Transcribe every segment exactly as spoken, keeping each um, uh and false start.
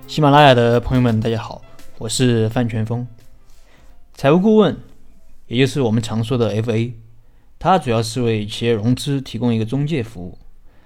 喜马拉雅的朋友们大家好，我是范全峰。财务顾问也就是我们常说的 F A， 它主要是为企业融资提供一个中介服务。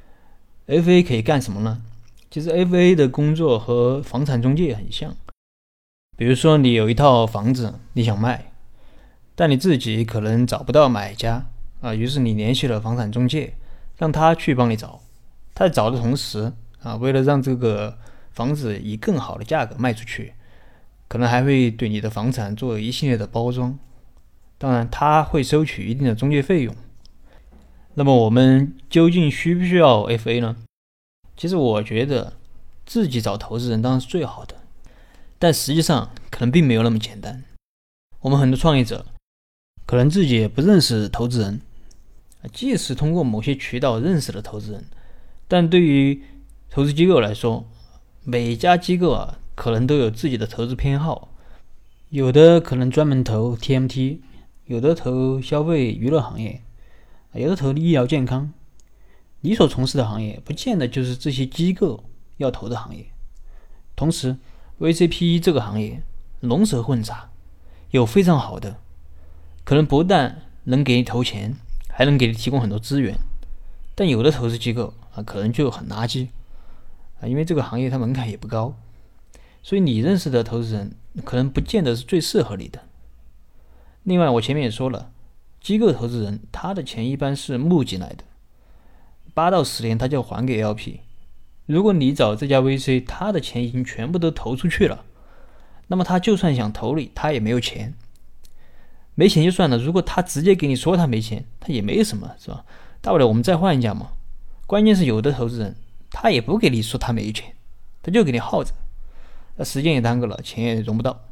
F A 可以干什么呢？其实 F A 的工作和房产中介很像。比如说你有一套房子你想卖，但你自己可能找不到买家啊，于是你联系了房产中介，让他去帮你找。他在找的同时啊，为了让这个房子以更好的价格卖出去，可能还会对你的房产做一系列的包装，当然他会收取一定的中介费用。那么我们究竟需不需要 F A 呢？其实我觉得自己找投资人当然是最好的，但实际上可能并没有那么简单。我们很多创业者可能自己也不认识投资人，即使通过某些渠道认识了投资人，但对于投资机构来说，每家机构啊可能都有自己的投资偏好，有的可能专门投 T M T， 有的投消费娱乐行业，有的投医疗健康。你所从事的行业不见得就是这些机构要投的行业。同时 V C P E 这个行业龙蛇混杂，有非常好的，可能不但能给你投钱，还能给你提供很多资源，但有的投资机构啊可能就很垃圾啊，因为这个行业它门槛也不高，所以你认识的投资人可能不见得是最适合你的。另外我前面也说了，机构投资人他的钱一般是募集来的，八到十年他就要还给 L P。 如果你找这家 V C， 他的钱已经全部都投出去了，那么他就算想投你，他也没有钱。没钱就算了，如果他直接给你说他没钱，他也没什么，是吧？大不了我们再换一家嘛。关键是有的投资人他也不给你说他没钱，他就给你耗着，那时间也耽搁了，钱也融不到。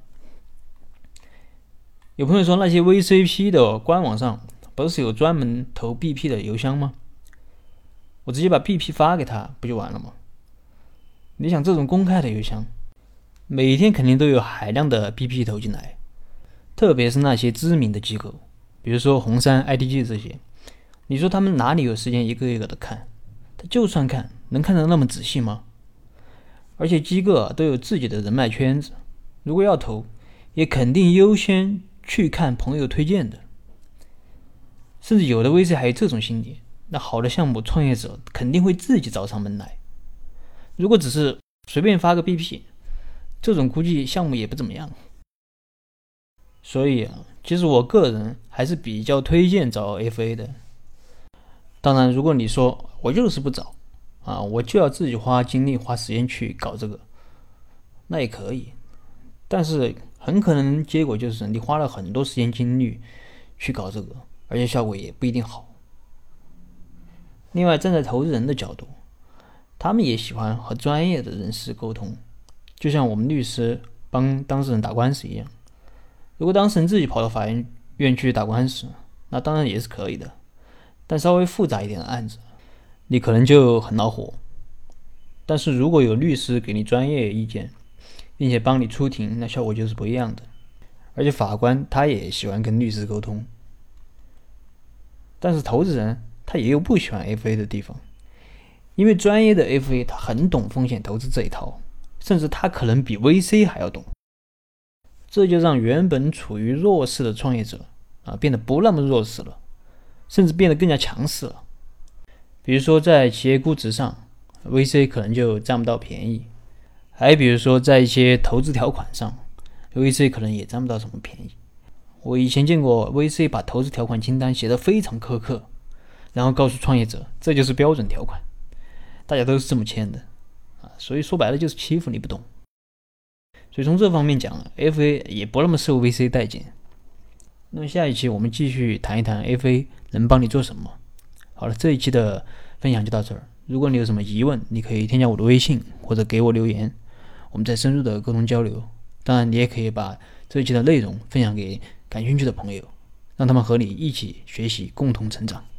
有朋友说那些 V C P 的官网上不是有专门投 B P 的邮箱吗？我直接把 B P 发给他不就完了吗？你想这种公开的邮箱，每天肯定都有海量的 B P 投进来，特别是那些知名的机构，比如说红杉 I T G 这些，你说他们哪里有时间一个一个的看？他就算看，能看得那么仔细吗？而且机构啊都有自己的人脉圈子，如果要投，也肯定优先去看朋友推荐的。甚至有的 V C 还有这种心理，那好的项目创业者肯定会自己找上门来。如果只是随便发个 B P， 这种估计项目也不怎么样。所以啊，其实我个人还是比较推荐找 F A 的。当然如果你说我就是不找啊，我就要自己花精力花时间去搞这个，那也可以，但是很可能结果就是你花了很多时间精力去搞这个，而且效果也不一定好。另外站在投资人的角度，他们也喜欢和专业的人士沟通，就像我们律师帮当事人打官司一样。如果当事人自己跑到法院去打官司，那当然也是可以的，但稍微复杂一点的案子你可能就很恼火。但是如果有律师给你专业意见，并且帮你出庭，那效果就是不一样的。而且法官他也喜欢跟律师沟通。但是投资人他也有不喜欢 F A 的地方，因为专业的 F A 他很懂风险投资这一套，甚至他可能比 V C 还要懂。这就让原本处于弱势的创业者啊变得不那么弱势了，甚至变得更加强势了。比如说在企业估值上 V C 可能就占不到便宜，还比如说在一些投资条款上 V C 可能也占不到什么便宜。我以前见过 V C 把投资条款清单写得非常苛刻，然后告诉创业者这就是标准条款，大家都是这么签的啊，所以说白了就是欺负你不懂。所以从这方面讲 F A 也不那么受 V C 待见。那么下一期我们继续谈一谈 F A 能帮你做什么。好了，这一期的分享就到这儿。如果你有什么疑问，你可以添加我的微信或者给我留言，我们再深入的沟通交流。当然你也可以把这一期的内容分享给感兴趣的朋友，让他们和你一起学习，共同成长。